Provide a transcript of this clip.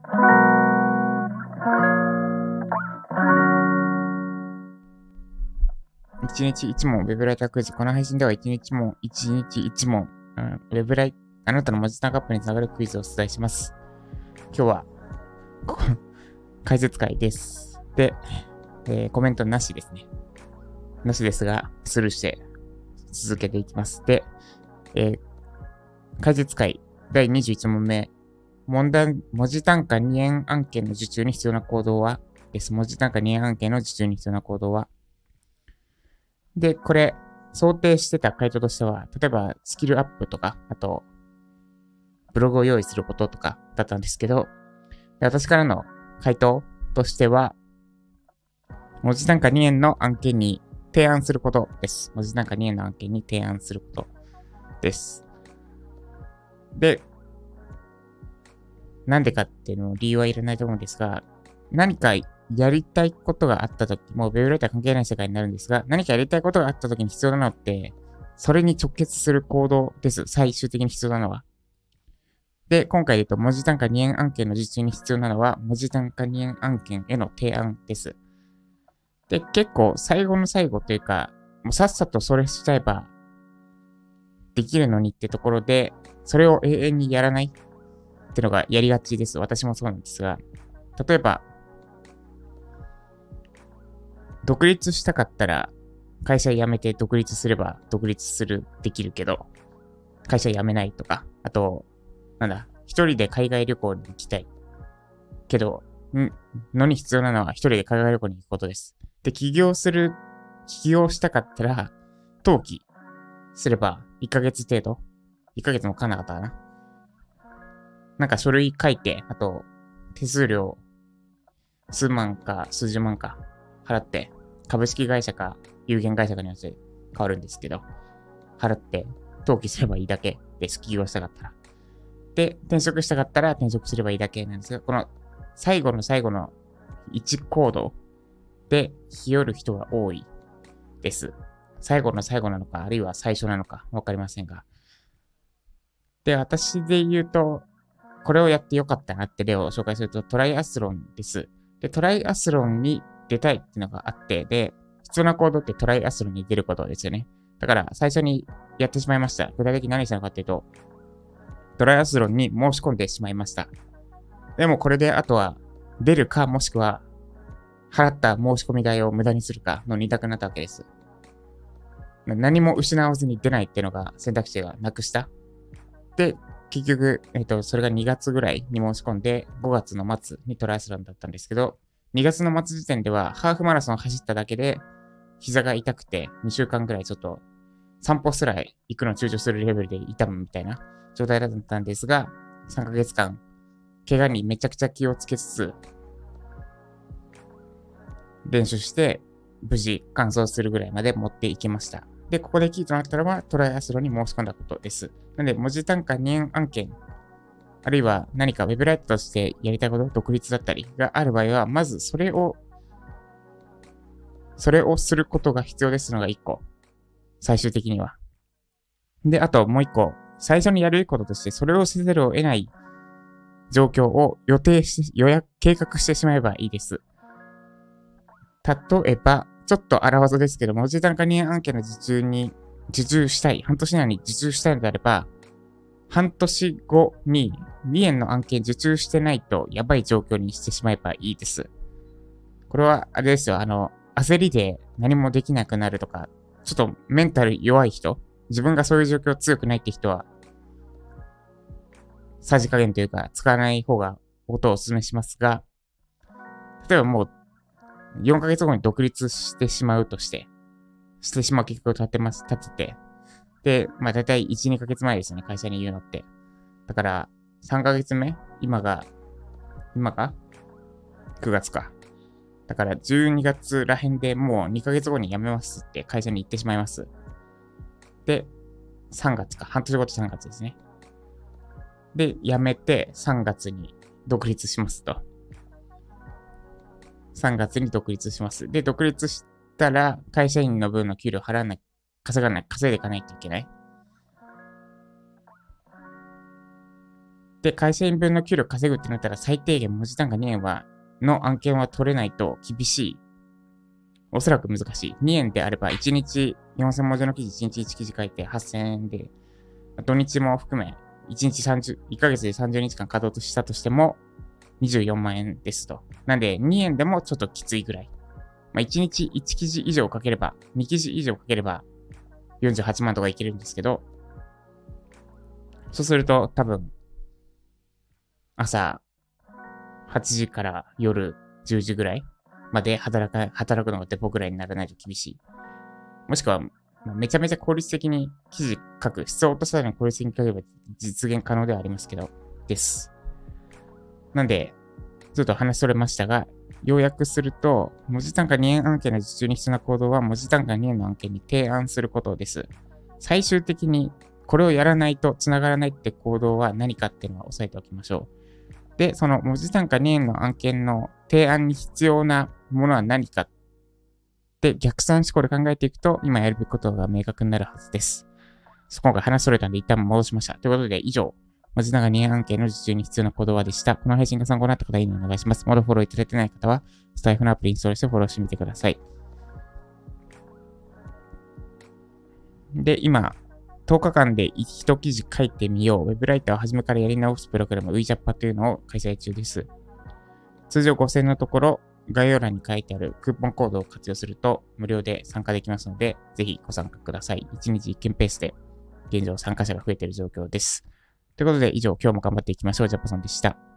一日一問ウェブライタークイズ。この配信では一日一問、ウェブライあなたの文字単価アップにつながるクイズを出題します。今日は、解説会です。で、コメントなしですね。なしですが、スルーして続けていきます。で、解説会第21問目。文字単価2円案件の受注に必要な行動はです。文字単価2円案件の受注に必要な行動は。で、これ、想定してた回答としては、例えばスキルアップとか、あと、ブログを用意することとかだったんですけど、私からの回答としては、文字単価2円の案件に提案することです。文字単価2円の案件に提案することです。で、なんでかっていうのを理由はいらないと思うんですが、何かやりたいことがあったとき、もうウェブライター関係ない世界になるんですが、何かやりたいことがあったときに必要なのって、それに直結する行動です。最終的に必要なのは。で、今回で言うと、文字単価2円案件の実施に必要なのは、文字単価2円案件への提案です。で、結構最後の最後というか、もうさっさとそれしちゃえばできるのにってところで、それを永遠にやらないってのがやりがちです。私もそうなんですが、例えば、独立したかったら、会社辞めて独立すればできるけど、会社辞めないとか、あと、一人で海外旅行に行きたい。けど、のに必要なのは一人で海外旅行に行くことです。で、起業したかったら、登記すれば1ヶ月程度。1ヶ月もかかんなかったかな。なんか書類書いて、あと、手数料、数万か数十万か払って、株式会社か有限会社かによって変わるんですけど、払って登記すればいいだけです。起業したかったら。で、転職したかったら転職すればいいだけなんですが、この最後の最後の1行動で日和る人が多いです。最後の最後なのか、あるいは最初なのかわかりませんが。で、私で言うと、これをやってよかったなって例を紹介すると、トライアスロンです。で、トライアスロンに出たいっていうのがあって、で、必要な行動ってトライアスロンに出ることですよね。だから、最初にやってしまいました。具体的に何したのかっていうと、トライアスロンに申し込んでしまいました。でもこれであとは出るかもしくは払った申し込み代を無駄にするかの2択になったわけです。何も失わずに出ないっていうのが選択肢がなくした。で、結局、それが2月ぐらいに申し込んで5月の末にトライアスロンだったんですけど、2月の末時点ではハーフマラソン走っただけで膝が痛くて2週間ぐらいちょっと散歩すら行くの躊躇するレベルで痛むみたいな状態だったんですが、3ヶ月間、怪我にめちゃくちゃ気をつけつつ、練習して、無事完走するぐらいまで持っていきました。で、ここでキーとなったのはトライアスロンに申し込んだことです。なので、文字単価2円案件、あるいは何かウェブライターとしてやりたいこと、独立だったりがある場合は、まずそれをすることが必要ですのが1個。最終的には。で、あともう1個。最初にやることとして、それをせざるを得ない状況を計画してしまえばいいです。例えば、ちょっと荒技ですけど、文字単価2円案件の受注したい、半年内に受注したいのであれば、半年後に2円の案件受注してないとやばい状況にしてしまえばいいです。これは、あれですよ、焦りで何もできなくなるとか、ちょっとメンタル弱い人、自分がそういう状況強くないって人は、さじ加減というか、使わない方がことをお勧めしますが、例えばもう、4ヶ月後に独立してしまう計画を立てて、で、だいたい1、2ヶ月前ですよね、会社に言うのって。だから、3ヶ月目今が ?9 月か。だから、12月らへんでもう2ヶ月後に辞めますって会社に言ってしまいます。で、3月か。半年後と3月ですね。で、辞めて3月に独立しますと。3月に独立します。で、独立したら会社員の分の給料稼いでいかないといけない。 で、会社員分の給料稼ぐってなったら最低限文字単価2円の案件は取れないと厳しい。おそらく難しい。2円であれば1日4000文字の記事、1日1記事書いて8000円で、土日も含め1ヶ月で30日間稼働したとしても24万円ですと。なんで2円でもちょっときついぐらい。1日1記事以上書ければ、2記事以上書ければ48万とかいけるんですけど、そうすると多分朝8時から夜10時ぐらいまで働くのがデポぐらいにならないと厳しい。もしくは、めちゃめちゃ効率的に記事書く、質を落とさないように効率的に書けば実現可能ではありますけど、です。なんで、ちょっと話それましたが、要約すると、文字単価2円案件の受注に必要な行動は、文字単価2円の案件に提案することです。最終的に、これをやらないと繋がらないって行動は何かっていうのは押さえておきましょう。で、その文字単価2円の案件の提案に必要なものは何かって逆算思考で考えていくと、今やるべきことが明確になるはずです。今回話それたんで一旦戻しました。ということで以上、文字単価2円案件の受注に必要な行動はでした。この配信が参考になった方、いいねお願いします。まだフォローいただいてない方は、スタイフのアプリインストールしてフォローしてみてください。で、今、10日間で1記事書いてみよう。ウェブライターを初めからやり直すプログラム WeJapa というのを開催中です。通常5000円のところ、概要欄に書いてあるクーポンコードを活用すると無料で参加できますので、ぜひご参加ください。1日1件ペースで現状参加者が増えている状況です。ということで以上、今日も頑張っていきましょう。ジャパさんでした。